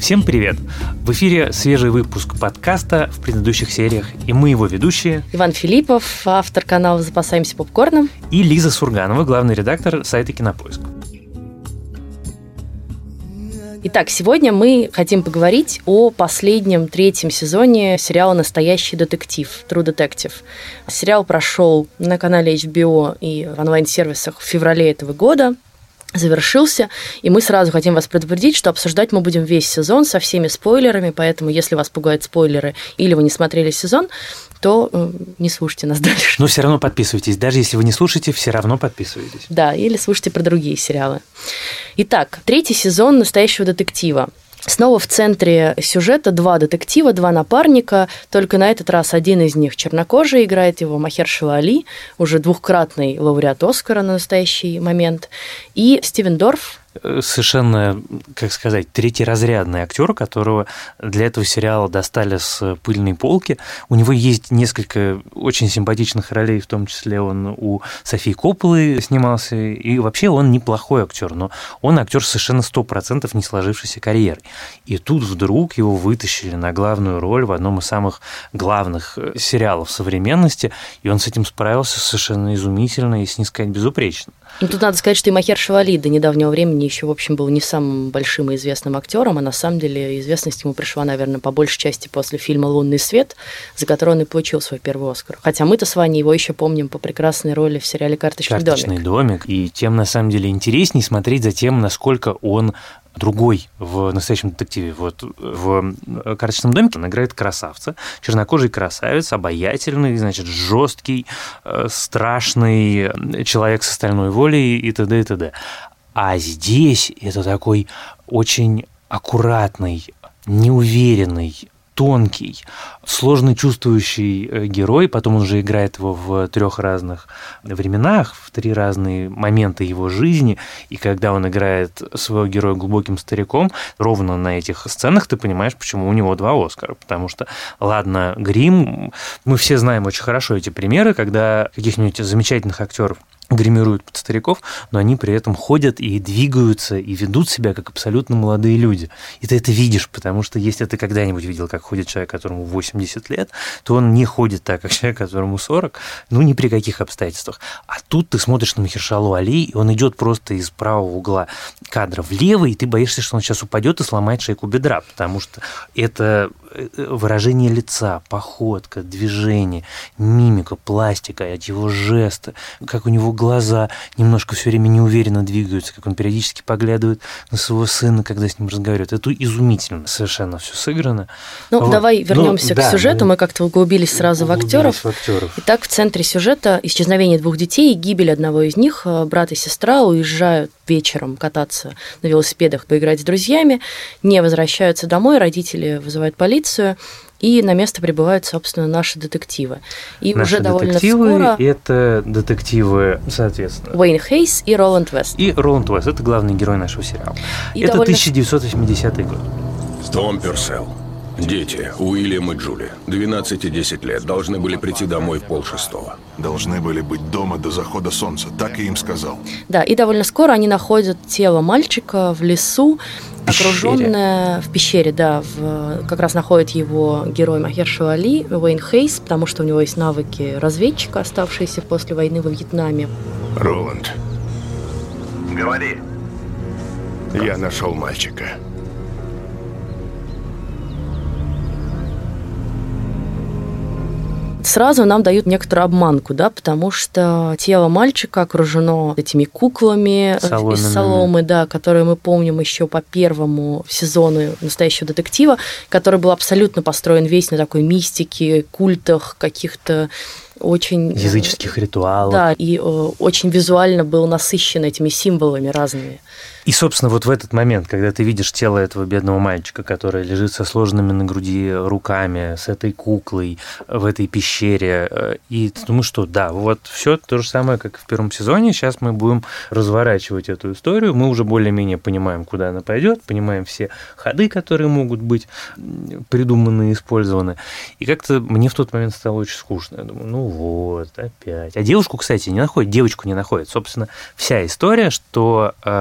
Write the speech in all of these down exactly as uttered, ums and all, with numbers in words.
Всем привет! В эфире свежий выпуск подкаста в предыдущих сериях, и мы его ведущие Иван Филиппов, автор канала «Запасаемся попкорном», и Лиза Сурганова, главный редактор сайта «Кинопоиск». Итак, сегодня мы хотим поговорить о последнем третьем сезоне сериала «Настоящий детектив» True Detective. Сериал прошел на канале эйч би о и в онлайн-сервисах в феврале этого года, завершился, и мы сразу хотим вас предупредить, что обсуждать мы будем весь сезон со всеми спойлерами, поэтому если вас пугают спойлеры или вы не смотрели сезон, то э, не слушайте нас дальше. Но все равно подписывайтесь. Даже если вы не слушаете, все равно подписывайтесь. Да, или слушайте про другие сериалы. Итак, третий сезон «Настоящего детектива». Снова в центре сюжета два детектива, два напарника, только на этот раз один из них чернокожий, играет его Махершала Али, уже двукратный лауреат Оскара на настоящий момент, и Стивен Дорф. Совершенно, как сказать, третьеразрядный актер, которого для этого сериала достали с пыльной полки. У него есть несколько очень симпатичных ролей, в том числе он у Софии Копполы снимался, и вообще он неплохой актер, но он актер совершенно сто процентов не сложившейся карьерой. И тут вдруг его вытащили на главную роль в одном из самых главных сериалов современности, и он с этим справился совершенно изумительно, если не сказать безупречно. Ну, тут надо сказать, что и Махершала Али до недавнего времени еще, в общем, был не самым большим и известным актером, а на самом деле известность ему пришла, наверное, по большей части после фильма «Лунный свет», за который он и получил свой первый Оскар. Хотя мы-то с Ваней его еще помним по прекрасной роли в сериале «Карточный, «Карточный домик». домик». И тем, на самом деле, интереснее смотреть за тем, насколько он другой в «Настоящем детективе». Вот в «Карточном домике» он играет красавца, чернокожий красавец, обаятельный, значит, жесткий, страшный человек с остальной волей и т.д. и т.д. А здесь это такой очень аккуратный, неуверенный, тонкий, сложно чувствующий герой, потом он же играет его в трех разных временах, в три разные моменты его жизни, и когда он играет своего героя глубоким стариком, ровно на этих сценах ты понимаешь, почему у него два Оскара, потому что, ладно, грим, мы все знаем очень хорошо эти примеры, когда каких-нибудь замечательных актеров гримируют под стариков, но они при этом ходят и двигаются, и ведут себя как абсолютно молодые люди. И ты это видишь, потому что если ты когда-нибудь видел, как ходит человек, которому восемьдесят лет, то он не ходит так, как человек, которому сорок, ну, ни при каких обстоятельствах. А тут ты смотришь на Махершалу Али, и он идет просто из правого угла кадра влево, и ты боишься, что он сейчас упадет и сломает шейку бедра, потому что это выражение лица, походка, движение, мимика, пластика, его жесты, как у него глаза немножко все время неуверенно двигаются, как он периодически поглядывает на своего сына, когда с ним разговаривает. Это изумительно совершенно все сыграно. Ну, вот. Давай ну, вернемся к да, сюжету. Мы как-то углубились сразу углубились в актеров. в актеров. Итак, в центре сюжета исчезновение двух детей и гибель одного из них. Брат и сестра уезжают вечером кататься на велосипедах, поиграть с друзьями, не возвращаются домой, родители вызывают полицию, и на место прибывают, собственно, наши детективы. И наши уже довольно детективы скоро... это детективы, соответственно, Уэйн Хейс и Роланд Вест. И Роланд Вест – это главный герой нашего сериала. И это довольно... тысяча девятьсот восьмидесятый год. Том Перселл. Дети, Уильям и Джули, двенадцать и десять лет, должны были прийти домой в полшестого. Должны были быть дома до захода солнца, так и им сказал. Да, и довольно скоро они находят тело мальчика в лесу, окруженное в пещере, да, в, как раз находит его герой Махершала Али, Уэйн Хейс, потому что у него есть навыки разведчика, оставшиеся после войны во Вьетнаме. Роланд. Говори. Я нашел мальчика. Сразу нам дают некоторую обманку, да, потому что тело мальчика окружено этими куклами Соломенными. из соломы, да, которые мы помним еще по первому сезону «Настоящего детектива», который был абсолютно построен весь на такой мистике, культах, каких-то очень... языческих ритуалов. Да, и э, очень визуально был насыщен этими символами разными. И, собственно, вот в этот момент, когда ты видишь тело этого бедного мальчика, который лежит со сложенными на груди руками, с этой куклой в этой пещере, и ты думаешь, что да, вот все то же самое, как и в первом сезоне, сейчас мы будем разворачивать эту историю, мы уже более-менее понимаем, куда она пойдет, понимаем все ходы, которые могут быть придуманы и использованы. И как-то мне в тот момент стало очень скучно. Я думаю, ну вот, опять. А девушку, кстати, не находит, девочку не находит. Собственно, вся история, что э, наша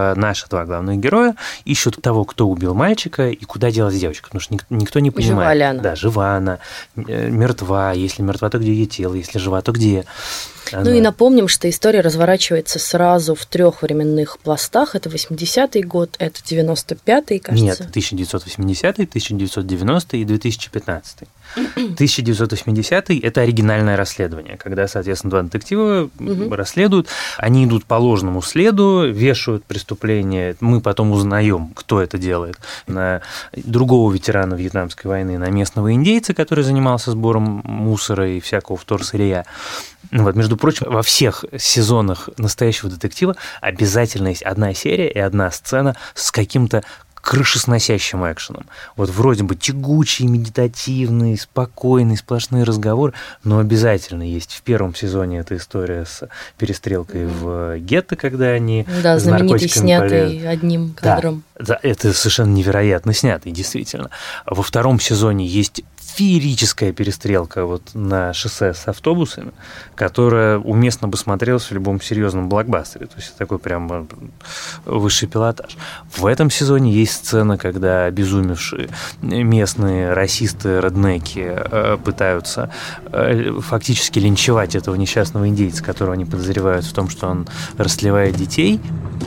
два главных героя, ищут того, кто убил мальчика и куда делась девочка, потому что никто не понимает. Жива ли она? Да, жива она, мертва, если мертва, то где ее тело, если жива, то где. Она... Ну и напомним, что история разворачивается сразу в трех временных пластах. Это восьмидесятый год, это девяносто пятый, кажется. Нет, тысяча девятьсот восьмидесятый, тысяча девятьсот девяностый и две тысячи пятнадцатый. тысяча девятьсот восьмидесятый – это оригинальное расследование, когда, соответственно, два детектива угу. расследуют, они идут по ложному следу, вешают преступление, мы потом узнаем, кто это делает, на другого ветерана Вьетнамской войны, на местного индейца, который занимался сбором мусора и всякого вторсырья. Вот, между прочим, во всех сезонах настоящего детектива обязательно есть одна серия и одна сцена с каким-то крышесносящим экшеном. Вот вроде бы тягучий, медитативный, спокойный, сплошные разговоры, но обязательно есть в первом сезоне эта история с перестрелкой в гетто, когда они да, с знаменитый, снятый полезли. одним кадром. Да, да, это совершенно невероятно снятый, действительно. Во втором сезоне есть феерическая перестрелка вот на шоссе с автобусами, которая уместно бы смотрелась в любом серьезном блокбастере. То есть такой прям высший пилотаж. В этом сезоне есть сцена, когда обезумевшие местные расисты-реднеки пытаются фактически линчевать этого несчастного индейца, которого они подозревают в том, что он растлевает детей.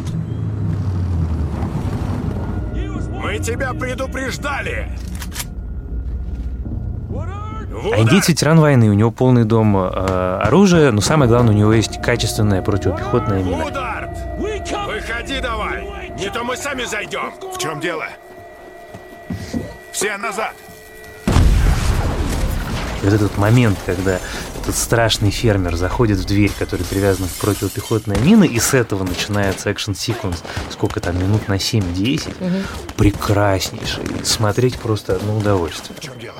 Мы тебя предупреждали! А индейец ветеран войны, у него полный дом э, оружия, но самое главное, у него есть качественная противопехотная мина. Удар! Выходи давай! Не то мы сами зайдем! В чем дело? Все назад! И вот этот момент, когда этот страшный фермер заходит в дверь, которая привязана к противопехотной мине, и с этого начинается экшн-секвенс, сколько там, минут на семь-десять, угу. прекраснейший. Смотреть просто одно удовольствие. В чем дело?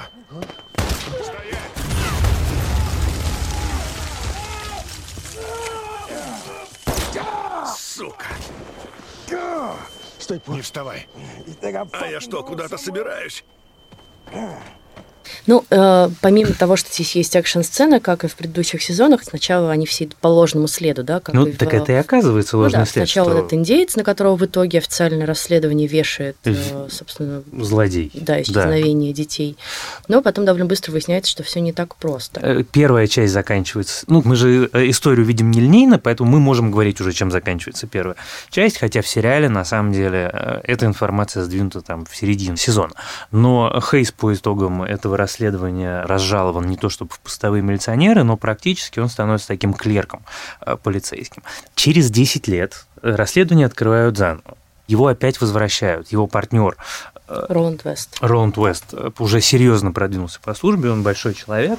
Сука! Не вставай. А я что, куда-то собираюсь? Ну, э, помимо того, что здесь есть экшн-сцена, как и в предыдущих сезонах, сначала они все идут по ложному следу, да? Как ну, и так в... это и оказывается ложный ну, да, след. Сначала что... этот индеец, на которого в итоге официальное расследование вешает, э, собственно... Злодей. Да, исчезновение да. детей. Но потом довольно быстро выясняется, что все не так просто. Первая часть заканчивается... Ну, мы же историю видим нелинейно, поэтому мы можем говорить уже, чем заканчивается первая часть, хотя в сериале, на самом деле, эта информация сдвинута там в середину сезона. Но Хейс по итогам этого расследования разжалован не то чтобы в постовые милиционеры, но практически он становится таким клерком полицейским. Через десять лет расследование открывают заново. Его опять возвращают. Его партнер Роланд Уэст. Роланд Уэст уже серьезно продвинулся по службе, он большой человек.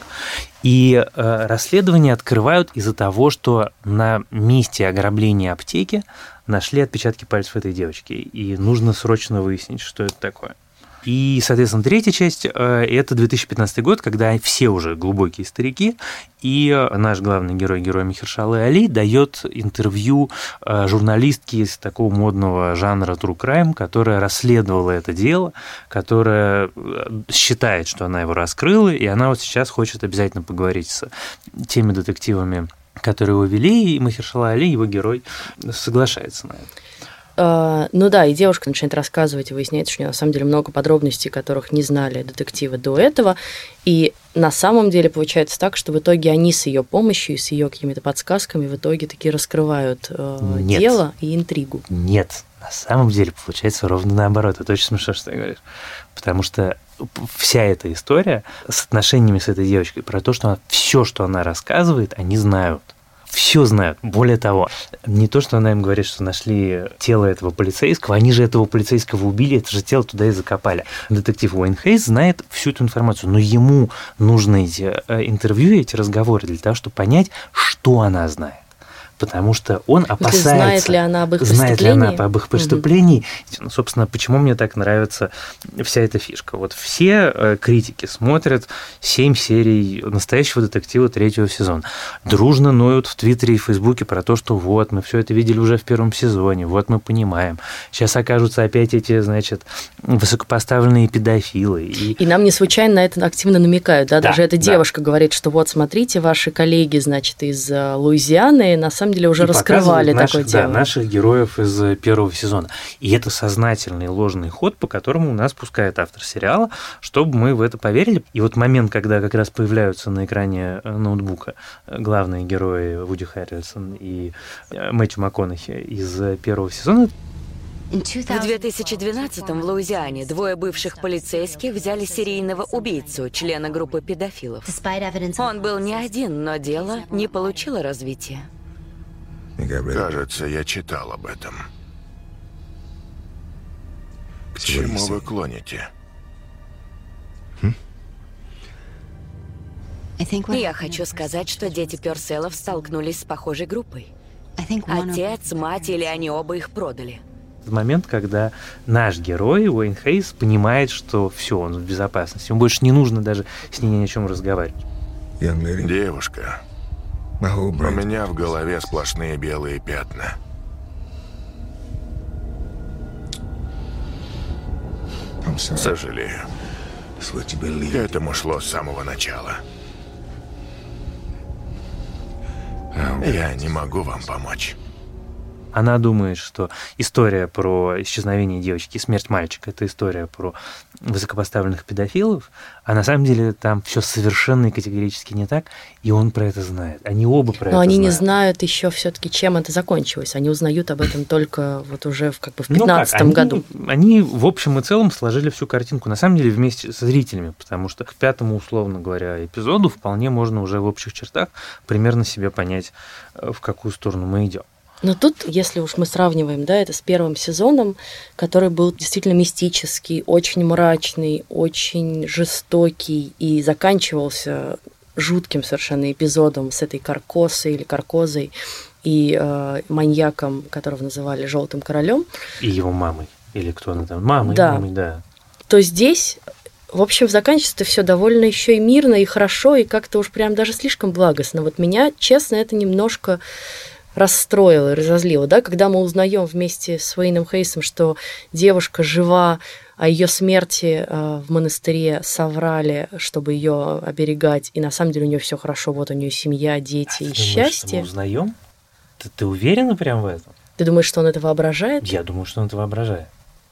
И расследование открывают из-за того, что на месте ограбления аптеки нашли отпечатки пальцев этой девочки. И нужно срочно выяснить, что это такое. И, соответственно, третья часть – это две тысячи пятнадцатый год, когда все уже глубокие старики, и наш главный герой, герой Махершалы Али, дает интервью журналистке из такого модного жанра True Crime, которая расследовала это дело, которая считает, что она его раскрыла, и она вот сейчас хочет обязательно поговорить с теми детективами, которые его вели, и Махершала Али, его герой, соглашается на это. Uh, ну да, и девушка начинает рассказывать, и выясняется, что у нее на самом деле много подробностей, которых не знали детективы до этого. И на самом деле получается так, что в итоге они с ее помощью и с ее какими-то подсказками в итоге таки раскрывают uh, дело и интригу. Нет, на самом деле получается ровно наоборот. Это очень смешно, что ты говоришь. Потому что вся эта история с отношениями с этой девочкой про то, что она, все, что она рассказывает, они знают. Все знают. Более того, не то, что она им говорит, что нашли тело этого полицейского, они же этого полицейского убили, это же тело туда и закопали. Детектив Уэйн Хейс знает всю эту информацию, но ему нужны эти интервью, эти разговоры для того, чтобы понять, что она знает. Потому что он опасается... Знает ли она об их знает преступлении? Знает ли она об их преступлении? Угу. Собственно, почему мне так нравится вся эта фишка? Вот все критики смотрят семь серий настоящего детектива третьего сезона. Дружно ноют в Твиттере и Фейсбуке про то, что вот, мы все это видели уже в первом сезоне, вот мы понимаем. Сейчас окажутся опять эти, значит, высокопоставленные педофилы. И, и нам не случайно на это активно намекают. Да? Да, Даже эта да. девушка говорит, что вот, смотрите, ваши коллеги, значит, из Луизианы, на самом самом деле уже и раскрывали наших, такое дело. Да, наших героев из первого сезона. И это сознательный ложный ход, по которому нас пускает автор сериала, чтобы мы в это поверили. И вот момент, когда как раз появляются на экране ноутбука главные герои Вуди Харрельсон и Мэтью МакКонахи из первого сезона. В две тысячи двенадцатом в Луизиане двое бывших полицейских взяли серийного убийцу, члена группы педофилов. Он был не один, но дело не получило развития. Кажется, я читал об этом. К чему вы клоните? Я хочу сказать, что дети Пёрселлов столкнулись с похожей группой. Отец, мать или они оба их продали. Момент, когда наш герой Уэйн Хейс понимает, что все, он в безопасности. Ему больше не нужно даже с ней ни о чем разговаривать. Девушка, у меня в голове сплошные белые пятна. Сожалею. К этому шло с самого начала. Я не могу вам помочь. Она думает, что история про исчезновение девочки и смерть мальчика – это история про высокопоставленных педофилов, а на самом деле там все совершенно и категорически не так, и он про это знает. Они оба про Но это они знают. не знают еще все-таки, чем это закончилось. Они узнают об этом только вот уже в, как бы в пятнадцатом ну году. Они в общем и целом сложили всю картинку, на самом деле, вместе со зрителями, потому что к пятому, условно говоря, эпизоду вполне можно уже в общих чертах примерно себе понять, в какую сторону мы идем. Но тут, если уж мы сравниваем, да, это с первым сезоном, который был действительно мистический, очень мрачный, очень жестокий и заканчивался жутким совершенно эпизодом с этой Каркосой или Каркозой и э, маньяком, которого называли Желтым королем. И его мамой. Или кто она там? Мамой, да. мамой, да. То здесь, в общем, заканчивается все довольно еще и мирно, и хорошо, и как-то уж прям даже слишком благостно. Вот меня, честно, это немножко расстроило и разозлило, да, когда мы узнаем вместе с Уэйном Хейсом, что девушка жива, о ее смерти э, в монастыре соврали, чтобы ее оберегать, и на самом деле у нее все хорошо, вот у нее семья, дети а и ты счастье. Думаешь, мы узнаем? Ты, ты уверена прям в этом? Ты думаешь, что он это воображает? Я думаю, что он это воображает.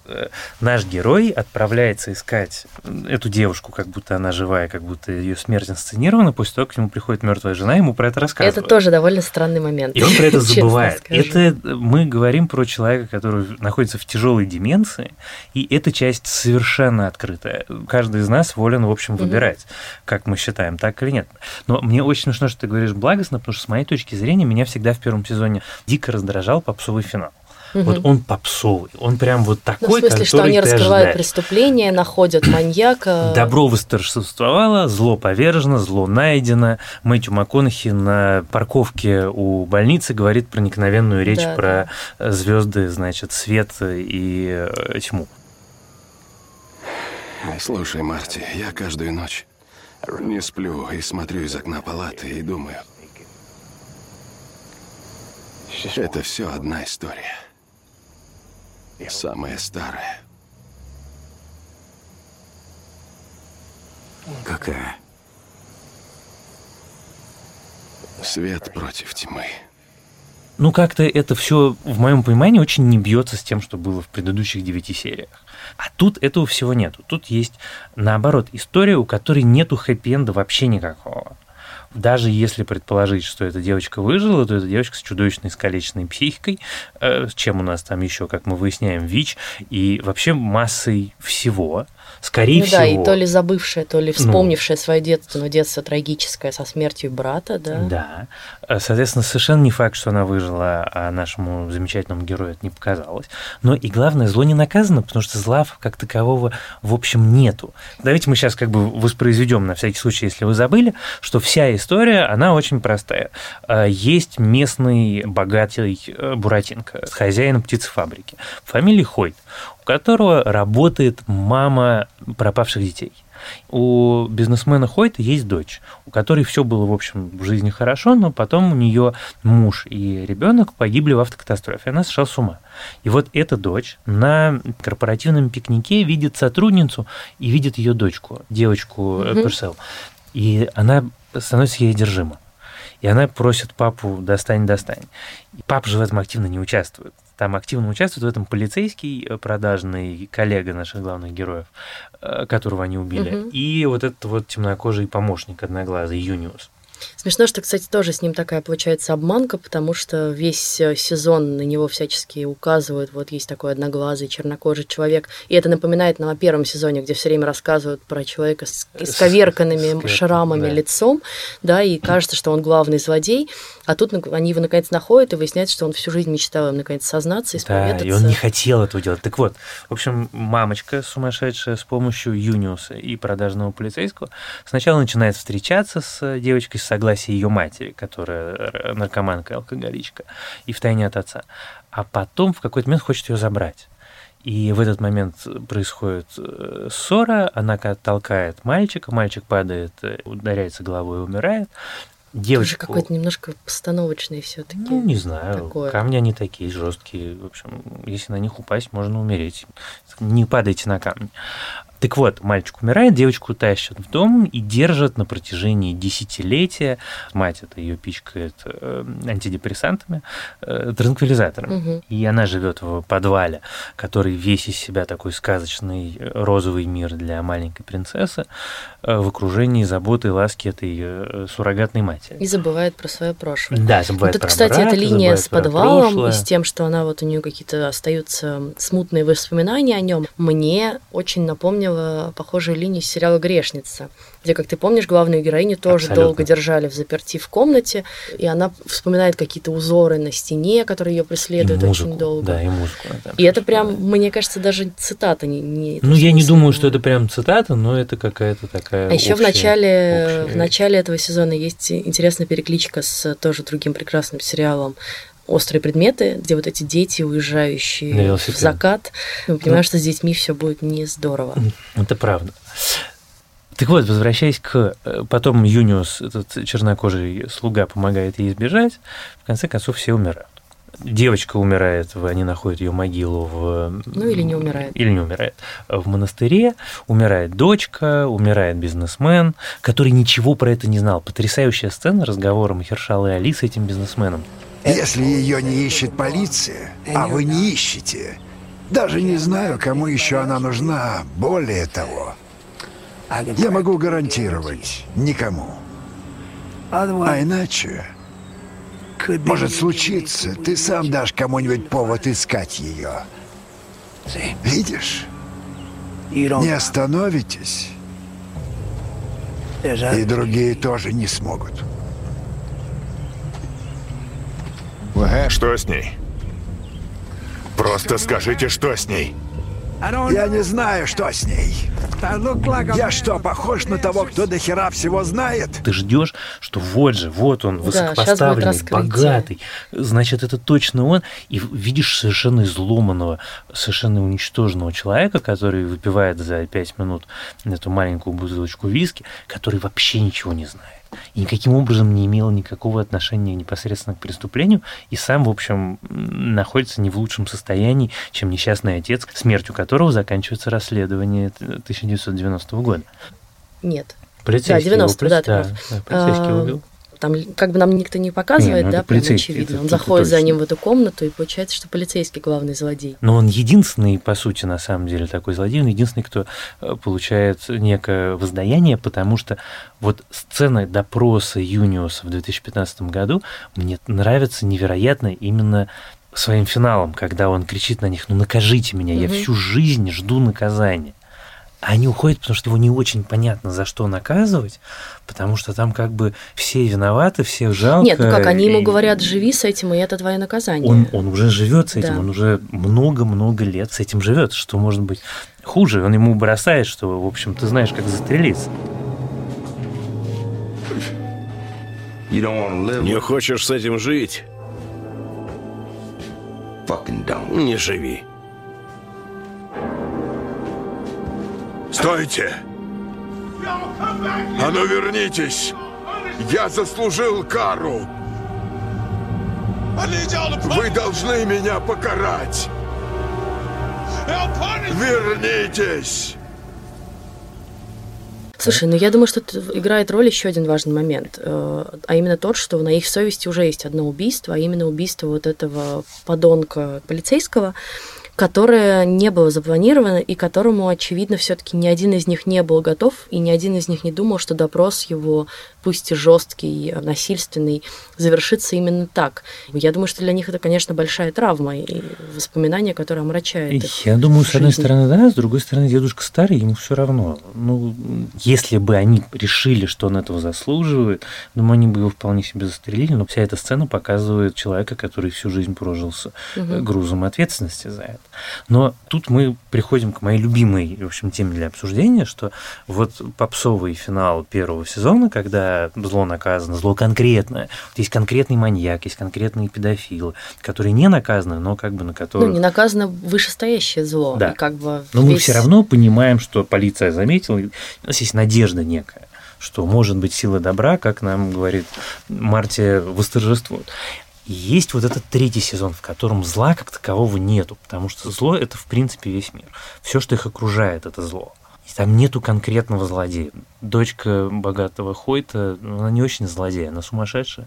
Наш герой отправляется искать эту девушку, как будто она живая, как будто ее смерть инсценирована, после того, как к нему приходит мертвая жена, ему про это рассказывают. Это тоже довольно странный момент. И он про это забывает. Это мы говорим про человека, который находится в тяжелой деменции, и эта часть совершенно открытая. Каждый из нас волен, в общем, выбирать, угу. как мы считаем, так или нет. Но мне очень смешно, что ты говоришь благостно, потому что с моей точки зрения меня всегда в первом сезоне дико раздражал попсовый финал. Угу. Вот он попсовый, он прям вот такой, ну, в смысле, что они раскрывают ожидаешь. Преступление, находят маньяка. Добро восторжествовало, зло повержено, зло найдено. Мэтью МакКонахи на парковке у больницы говорит проникновенную речь да, про да. звезды, значит, свет и тьму. Слушай, Марти, я каждую ночь не сплю и смотрю из окна палаты и думаю, это все одна история. Самая старая. Какая? Свет против тьмы. Ну, как-то это все, в моем понимании, очень не бьется с тем, что было в предыдущих девяти сериях. А тут этого всего нету. Тут есть, наоборот, история, у которой нету хэппи-энда вообще никакого. Даже если предположить, что эта девочка выжила, то эта девочка с чудовищной искалеченной психикой, э, чем у нас там еще, как мы выясняем, ВИЧ, и вообще массой всего, скорее ну, всего. Да, и то ли забывшая, то ли вспомнившая ну, свое детство, но детство трагическое со смертью брата, да. Да. Соответственно, совершенно не факт, что она выжила, а нашему замечательному герою это не показалось. Но и главное, зло не наказано, потому что зла как такового в общем нету. Давайте мы сейчас как бы воспроизведем на всякий случай, если вы забыли, что вся история, она очень простая. Есть местный богатый Буратинко, хозяин птицефабрики, по фамилии Хойт, у которого работает мама пропавших детей. У бизнесмена Хойта есть дочь, у которой все было, в общем, в жизни хорошо, но потом у нее муж и ребенок погибли в автокатастрофе, она сошла с ума. И вот эта дочь на корпоративном пикнике видит сотрудницу и видит ее дочку, девочку mm-hmm. Пёрселл, и она становится ей одержима. И она просит папу «достань, достань». И папа же в этом активно не участвует. Там активно участвует в этом полицейский продажный коллега наших главных героев, которого они убили, угу. и вот этот вот темнокожий помощник одноглазый Юниус. Смешно, что, кстати, тоже с ним такая получается обманка, потому что весь сезон на него всячески указывают, вот есть такой одноглазый чернокожий человек, и это напоминает нам о первом сезоне, где все время рассказывают про человека с исковерканными шрамами да. лицом, да, и кажется, что он главный злодей, а тут они его наконец находят, и выясняется, что он всю жизнь мечтал им наконец сознаться, исповедаться. Да, и он не хотел этого делать. Так вот, в общем, мамочка сумасшедшая с помощью Юниуса и продажного полицейского сначала начинает встречаться с девочкой с согласия ее матери, которая наркоманка и алкоголичка, и втайне от отца. А потом в какой-то момент хочет ее забрать. И в этот момент происходит ссора, она толкает мальчика, мальчик падает, ударяется головой и умирает. Девочку... Тоже какой-то немножко постановочный все-таки. Ну, не знаю. Такое. Камни они такие жесткие. В общем, если на них упасть, можно умереть. Не падайте на камни. Так вот, мальчик умирает, девочку тащат в дом и держат на протяжении десятилетия. Мать это ее пичкает антидепрессантами, транквилизаторами. Угу. И она живет в подвале, который весь из себя такой сказочный розовый мир для маленькой принцессы, в окружении заботы и ласки этой суррогатной матери. И забывает про свое прошлое. Да, забывает вот, про кстати, брата, эта линия с подвалом прошлое. И с тем, что она вот у нее какие-то остаются смутные воспоминания о нем, мне очень напомнила похожую линию сериала «Грешница», где, как ты помнишь, главную героиню тоже Абсолютно. долго держали в заперти в комнате, и она вспоминает какие-то узоры на стене, которые ее преследуют и музыку, очень долго. Да, и музыку. И это прям, мне кажется, даже цитата. Не, не ну, я не думаю, что это прям цитата, но это какая-то такая А еще общая, в начале, общая... в начале этого сезона есть интересная перекличка с тоже другим прекрасным сериалом «Острые предметы», где вот эти дети, уезжающие в закат. Мы понимаем, ну, что с детьми все будет не здорово. Это правда. Так вот, возвращаясь к... Потом Юниус, этот чернокожий слуга, помогает ей избежать. В конце концов, все умирают. Девочка умирает, они находят ее могилу в... Ну, или не умирает. Или не умирает. В монастыре. Умирает дочка, умирает бизнесмен, который ничего про это не знал. Потрясающая сцена разговора Махершалы Али с этим бизнесменом. Если ее не ищет полиция, а вы не ищете, даже не знаю, кому еще она нужна. Более того, я могу гарантировать никому. А иначе может случиться, ты сам дашь кому-нибудь повод искать ее. Видишь? Не остановитесь, и другие тоже не смогут. Что с ней? Просто скажите, что с ней? Я не знаю, что с ней. Я что, похож на того, кто до хера всего знает? Ты ждешь, что вот же, вот он, высокопоставленный, да, богатый. Значит, это точно он. И видишь совершенно изломанного, совершенно уничтоженного человека, который выпивает за пять минут эту маленькую бутылочку виски, который вообще ничего не знает. И никаким образом не имел никакого отношения непосредственно к преступлению, и сам, в общем, находится не в лучшем состоянии, чем несчастный отец, смертью которого заканчивается расследование тысяча девятьсот девяностого года. Нет. Полицейский да, девяностого, да, ты да, да, полицейский а, убил. Там как бы нам никто не показывает, не, ну, да, прям очевидно. Он заходит точно. за ним в эту комнату, и получается, что полицейский главный злодей. Но он единственный, по сути, на самом деле, такой злодей, он единственный, кто получает некое воздаяние, потому что вот сцена допроса Юниуса в две тысячи пятнадцатом году мне нравится невероятно именно своим финалом, когда он кричит на них: «Ну накажите меня, угу. я всю жизнь жду наказания». А они уходят, потому что его не очень понятно, за что наказывать, потому что там как бы все виноваты, всех жалко. Нет, ну как, они ему и... говорят: живи с этим, и это твое наказание. Он, он уже живет с этим, да. он уже много-много лет с этим живет. Что может быть хуже? Он ему бросает, что, в общем, ты знаешь, как застрелиться. Не хочешь с этим жить? Не живи. Стойте! А ну вернитесь! Я заслужил кару! Вы должны меня покарать! Вернитесь! Слушай, ну я думаю, что тут играет роль еще один важный момент, а именно тот, что на их совести уже есть одно убийство, а именно убийство вот этого подонка полицейского, которое не было запланировано и которому, очевидно, все-таки ни один из них не был готов, и ни один из них не думал, что допрос его, пусть и жесткий, насильственный, завершится именно так. Я думаю, что для них это, конечно, большая травма и воспоминания, которые омрачают их Я думаю, жизнь. с одной стороны, да, с другой стороны, дедушка старый, ему все равно. Ну, если бы они решили, что он этого заслуживает, думаю, они бы его вполне себе застрелили, но вся эта сцена показывает человека, который всю жизнь прожил с угу. грузом ответственности за это. Но тут мы приходим к моей любимой, в общем, теме для обсуждения, что вот попсовый финал первого сезона, когда зло наказано, зло конкретное, вот есть конкретный маньяк, есть конкретные педофилы, которые не наказаны, но как бы на которых... Ну, не наказано вышестоящее зло. Да. И как бы но весь... мы все равно понимаем, что полиция заметила, у нас есть надежда некая, что может быть сила добра, как нам говорит Марти, восторжествует. И есть вот этот третий сезон, в котором зла как такового нету, потому что зло – это, в принципе, весь мир. Все, что их окружает, это зло. И там нету конкретного злодея. Дочка богатого Хойта, она не очень злодея, она сумасшедшая.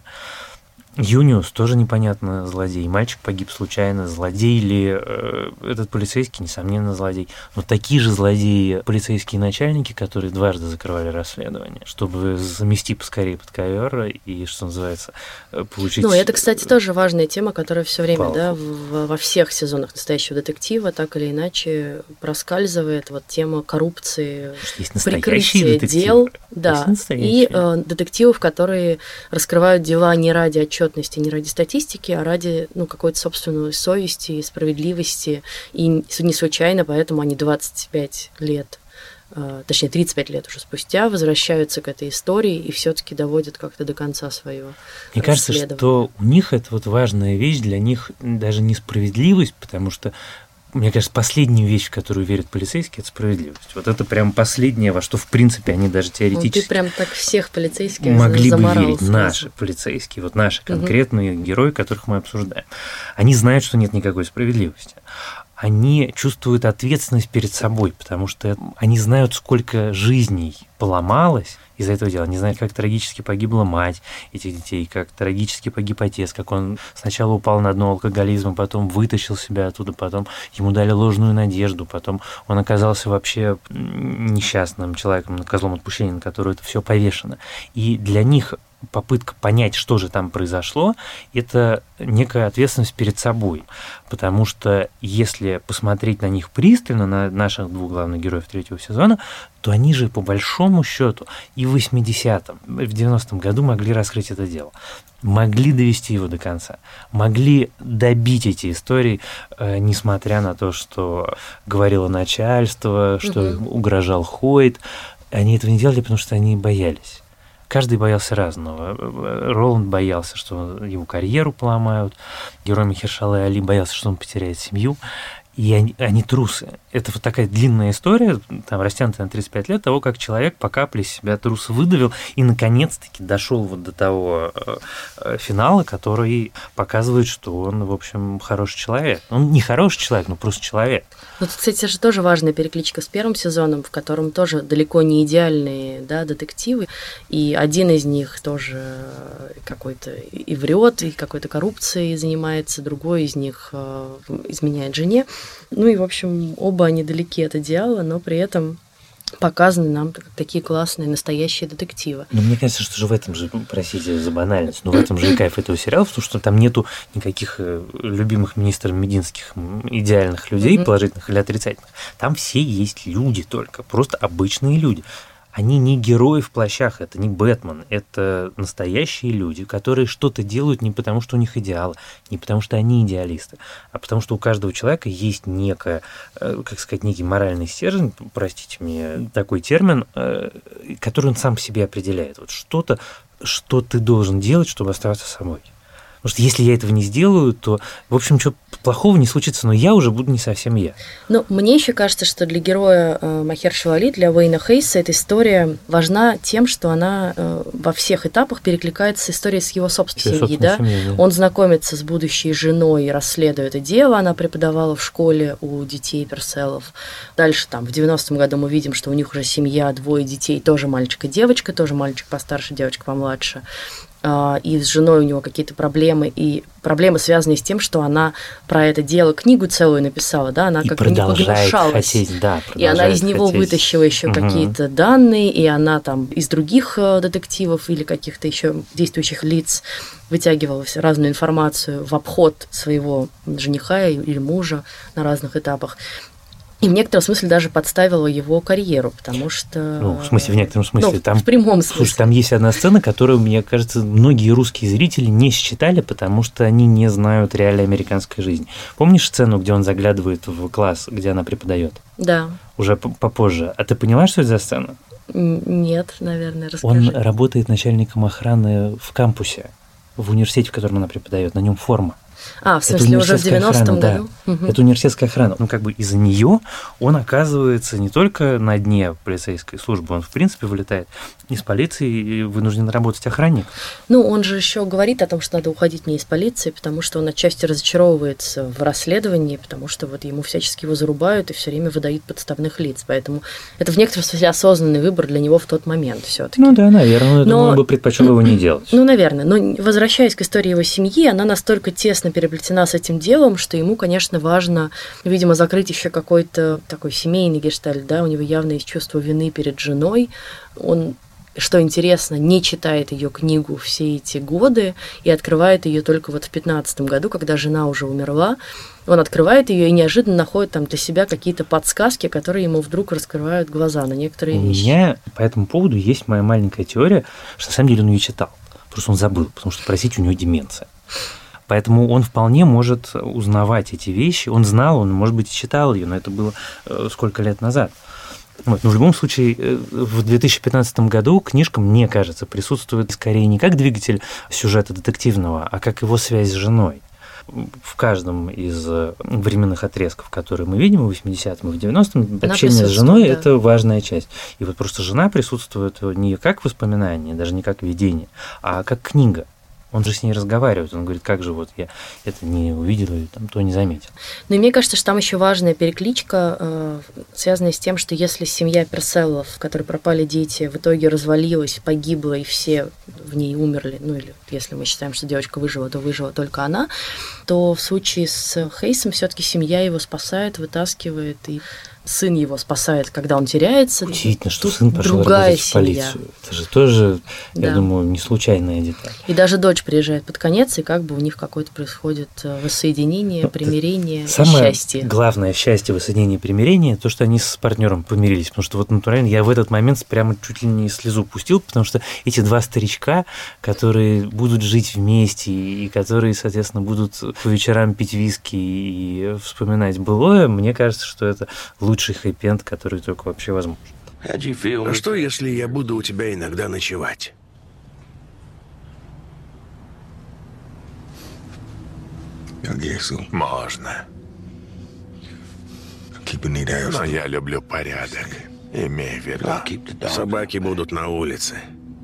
Юниус тоже непонятно злодей. Мальчик погиб случайно. Злодей ли э, этот полицейский? Несомненно, злодей. Но такие же злодеи полицейские начальники, которые дважды закрывали расследование, чтобы замести поскорее под ковер и, что называется, получить... Ну, это, кстати, тоже важная тема, которая все время, палку. да, в, во всех сезонах «Настоящего детектива» так или иначе проскальзывает вот тема коррупции, прикрытия дел, да, и э, детективов, которые раскрывают дела не ради отчета, не ради статистики, а ради ну, какой-то собственной совести, справедливости. И не случайно, поэтому они двадцать пять лет, точнее тридцать пять лет уже спустя возвращаются к этой истории и все-таки доводят как-то до конца свое Мне кажется, что у них это вот важная вещь, для них даже не справедливость, потому что мне кажется, последняя вещь, в которую верят полицейские, это справедливость. Вот это прям последнее, во что, в принципе, они даже теоретически... Ну, ты прям так всех полицейских могли бы верить. Сразу. Наши полицейские, вот наши конкретные угу. герои, которых мы обсуждаем. Они знают, что нет никакой справедливости. Они чувствуют ответственность перед собой, потому что они знают, сколько жизней поломалось из-за этого дела. Они знают, как трагически погибла мать этих детей, как трагически погиб отец, как он сначала упал на дно алкоголизма, потом вытащил себя оттуда, потом ему дали ложную надежду, потом он оказался вообще несчастным человеком, козлом отпущения, на который это все повешено. И для них попытка понять, что же там произошло, это некая ответственность перед собой. Потому что если посмотреть на них пристально, на наших двух главных героев третьего сезона, то они же по большому счету и в восьмидесятом, и в девяностом году могли раскрыть это дело. Могли довести его до конца, могли добить эти истории, э, несмотря на то, что говорило начальство, что угу. угрожал Хойт. Они этого не делали, потому что они боялись. Каждый боялся разного. Роланд боялся, что его карьеру поломают. Герой Махершала Али боялся, что он потеряет семью. И они, они трусы. Это вот такая длинная история, там, растянутая на тридцать пять лет, того, как человек по капле себя трусы выдавил и, наконец-таки, дошел вот до того э, финала, который показывает, что он, в общем, хороший человек. Он не хороший человек, но просто человек. Ну, тут, кстати, же тоже важная перекличка с первым сезоном, в котором тоже далеко не идеальные, да, детективы, и один из них тоже какой-то и врет, и какой-то коррупцией занимается, другой из них э, изменяет жене. Ну и, в общем, оба они далеки от идеала, но при этом показаны нам такие классные настоящие детективы. Но мне кажется, что же в этом же, простите за банальность, но в этом же и кайф этого сериала, потому что там нету никаких любимых министров Мединских идеальных людей, mm-hmm. положительных или отрицательных. Там все есть люди только, просто обычные люди. Они не герои в плащах, это не Бэтмен, это настоящие люди, которые что-то делают не потому, что у них идеалы, не потому, что они идеалисты, а потому, что у каждого человека есть некая, как сказать, некий моральный стержень, простите мне такой термин, который он сам себе определяет. Вот что-то, что ты должен делать, чтобы оставаться собой. Потому что если я этого не сделаю, то, в общем, ничего плохого не случится, но я уже буду не совсем я. Ну, мне еще кажется, что для героя э, Махершала Али, для Уэйна Хейса, эта история важна тем, что она э, во всех этапах перекликается с историей с его собственной семьи. Да? Семьи, да? Он знакомится с будущей женой, расследуя это дело. Она преподавала в школе у детей Перселов. Дальше, там, в девяностом году мы видим, что у них уже семья, двое детей, тоже мальчик и девочка, тоже мальчик постарше, девочка помладше. И с женой у него какие-то проблемы, и проблемы, связанные с тем, что она про это дело книгу целую написала, да, она и как бы не погрушалась. Хотеть, да, и она из него хотеть. вытащила еще угу. какие-то данные, и она там из других детективов или каких-то еще действующих лиц вытягивала разную информацию в обход своего жениха или мужа на разных этапах. И в некотором смысле даже подставила его карьеру, потому что... Ну, в смысле, в некотором смысле. Ну, там, в прямом смысле. Слушай, там есть одна сцена, которую, мне кажется, многие русские зрители не считали, потому что они не знают реалии американской жизни. Помнишь сцену, где он заглядывает в класс, где она преподает? Да. Уже попозже. А ты поняла, что это за сцена? Нет, наверное, расскажи. Он работает начальником охраны в кампусе, в университете, в котором она преподает. На нем форма. А, в смысле, уже в девяностом году? Да. Угу. Это университетская охрана. Ну, как бы из-за нее он оказывается не только на дне полицейской службы, он, в принципе, вылетает из полиции и вынужден работать охранником. Ну, он же еще говорит о том, что надо уходить не из полиции, потому что он отчасти разочаровывается в расследовании, потому что вот ему всячески его зарубают и все время выдают подставных лиц. Поэтому это в некотором смысле осознанный выбор для него в тот момент все-таки. Ну да, наверное, но он бы предпочел его не делать. Ну, наверное. Но возвращаясь к истории его семьи, она настолько тесно переплетена с этим делом, что ему, конечно, важно, видимо, закрыть еще какой-то такой семейный гештальт, да, у него явно есть чувство вины перед женой. Он, что интересно, не читает ее книгу все эти годы и открывает ее только вот в пятнадцатом году, когда жена уже умерла. Он открывает ее и неожиданно находит там для себя какие-то подсказки, которые ему вдруг раскрывают глаза на некоторые у вещи. У меня по этому поводу есть моя маленькая теория, что на самом деле он ее читал, просто он забыл, потому что, простите, у него деменция. Поэтому он вполне может узнавать эти вещи. Он знал, он, может быть, и читал ее, но это было сколько лет назад. Вот. Но в любом случае, в две тысячи пятнадцатом году книжка, мне кажется, присутствует скорее не как двигатель сюжета детективного, а как его связь с женой. В каждом из временных отрезков, которые мы видим в восьмидесятом и в девяностом, общение с женой да. – это важная часть. И вот просто жена присутствует не как воспоминание, даже не как видение, а как книга. Он же с ней разговаривает, он говорит, как же вот я это не увидел или там, то не заметил. Ну и мне кажется, что там еще важная перекличка, э, связанная с тем, что если семья Перселов, в которой пропали дети, в итоге развалилась, погибла, и все в ней умерли, ну или если мы считаем, что девочка выжила, то выжила только она, то в случае с Хейсом все-таки семья его спасает, вытаскивает, и сын его спасает, когда он теряется. Удивительно, что сын пошел работать в полицию. Это же тоже, да. я думаю, не случайная деталь. И даже дочь приезжает под конец, и как бы у них какое-то происходит воссоединение, примирение, самое счастье. Самое главное счастье, воссоединение, примирение, то, что они с партнером помирились. Потому что вот натурально я в этот момент прямо чуть ли не слезу пустил, потому что эти два старичка, которые будут жить вместе и которые, соответственно, будут по вечерам пить виски и вспоминать былое, мне кажется, что это лучший хэппи-энд, который только вообще возможен. А что, если я буду у тебя иногда ночевать? Можно. Но я люблю порядок. Имей в виду. Собаки будут на улице.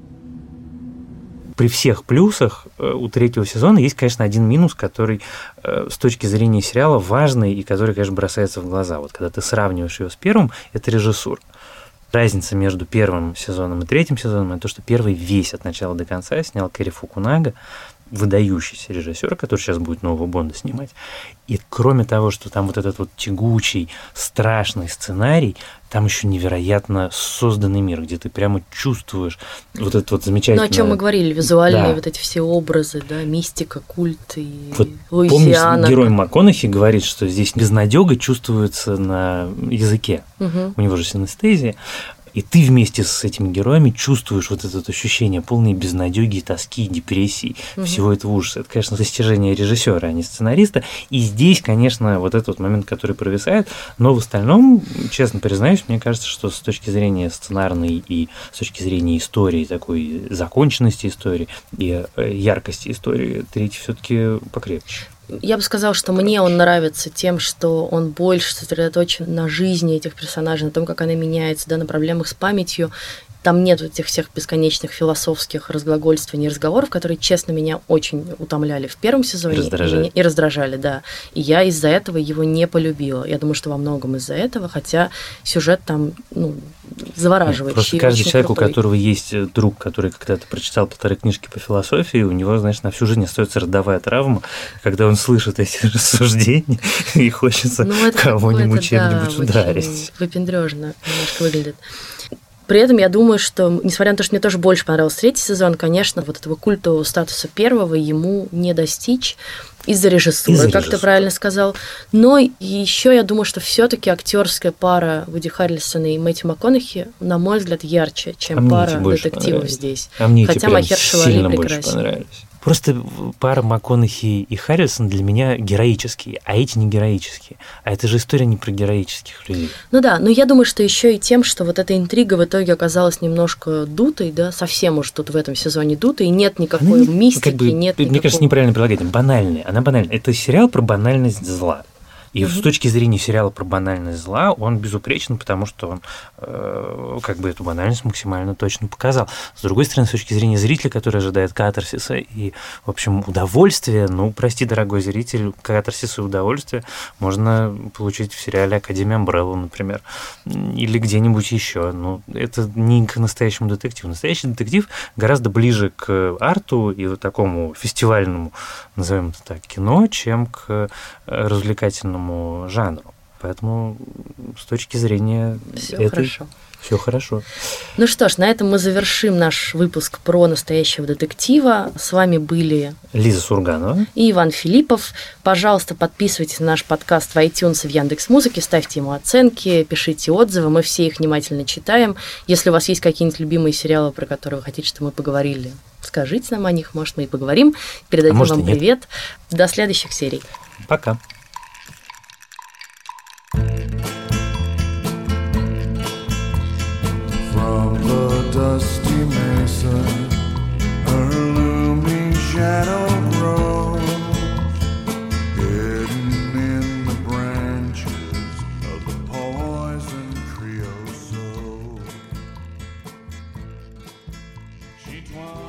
При всех плюсах у третьего сезона есть, конечно, один минус, который с точки зрения сериала важный и который, конечно, бросается в глаза. Вот когда ты сравниваешь ее с первым, это режиссура. Разница между первым сезоном и третьим сезоном – это то, что первый весь от начала до конца снял Кэри Фукунага, выдающийся режиссер, который сейчас будет нового Бонда снимать. И кроме того, что там вот этот вот тягучий, страшный сценарий, там еще невероятно созданный мир, где ты прямо чувствуешь вот этот вот замечательный... Ну, о чем мы говорили, визуальные да. вот эти все образы, да, мистика, культ и вот Луизиана. Помнишь, герой МакКонахи говорит, что здесь безнадега чувствуется на языке. Угу. У него же синестезия. И И ты вместе с этими героями чувствуешь вот это вот ощущение полной безнадёги, тоски, депрессии, угу. всего этого ужаса. Это, конечно, достижение режиссера, а не сценариста. И здесь, конечно, вот этот вот момент, который провисает, но в остальном, честно признаюсь, мне кажется, что с точки зрения сценарной и с точки зрения истории, такой законченности истории и яркости истории, третий все-таки покрепче. Я бы сказала, что мне он нравится тем, что он больше сосредоточен на жизни этих персонажей, на том, как она меняется, да, на проблемах с памятью. Там нет этих всех бесконечных философских разглагольствований и разговоров, которые, честно, меня очень утомляли в первом сезоне. И раздражали. И, и раздражали, да. И я из-за этого его не полюбила. Я думаю, что во многом из-за этого, хотя сюжет там, ну, завораживающий. Просто каждый человек, крутой. У которого есть друг, который когда-то прочитал полторы книжки по философии, у него, знаешь, на всю жизнь остается родовая травма, когда он слышит эти рассуждения, и хочется ну, кого-нибудь чем-нибудь да, ударить. Выпендрёжно немножко выглядит. При этом я думаю, что, несмотря на то, что мне тоже больше понравился третий сезон, конечно, вот этого культового статуса первого ему не достичь из-за режиссуры, из-за как режиссуры. Ты правильно сказал. Но еще я думаю, что все-таки актерская пара Вуди Харрельсона и Мэтью МакКонахи, на мой взгляд, ярче, чем а пара детективов здесь. А мне Хотя Махершала прекрасен. Понравились. Просто пара МакКонахи и Харрисон для меня героические, а эти не героические. А это же история не про героических людей. Ну да, но я думаю, что еще и тем, что вот эта интрига в итоге оказалась немножко дутой, да, совсем уж тут в этом сезоне дутой, и нет никакой ну, мистики, как бы, нет никакого... Мне кажется, неправильно прилагательное, банальная. Она банальная. Это сериал про банальность зла. И mm-hmm. с точки зрения сериала про банальность зла он безупречен, потому что он э, как бы эту банальность максимально точно показал. С другой стороны, с точки зрения зрителя, который ожидает катарсиса и, в общем, удовольствия, ну, прости, дорогой зритель, катарсис и удовольствие можно получить в сериале «Академия Амбрелла», например, или где-нибудь еще. Ну, это не к настоящему детективу. Настоящий детектив гораздо ближе к арту и вот такому фестивальному, назовем это так, кино, чем к развлекательному жанру. Поэтому с точки зрения все этой... хорошо. Все хорошо. Ну что ж, на этом мы завершим наш выпуск про настоящего детектива. С вами были Лиза Сурганова и Иван Филиппов. Пожалуйста, подписывайтесь на наш подкаст в iTunes и в Яндекс.Музыке, ставьте ему оценки, пишите отзывы, мы все их внимательно читаем. Если у вас есть какие-нибудь любимые сериалы, про которые вы хотите, чтобы мы поговорили, скажите нам о них, может, мы и поговорим. Передадим а вам привет. До следующих серий. Пока. From the dusty mesa, her looming shadow grows, hidden in the branches of the poison creosote. She twines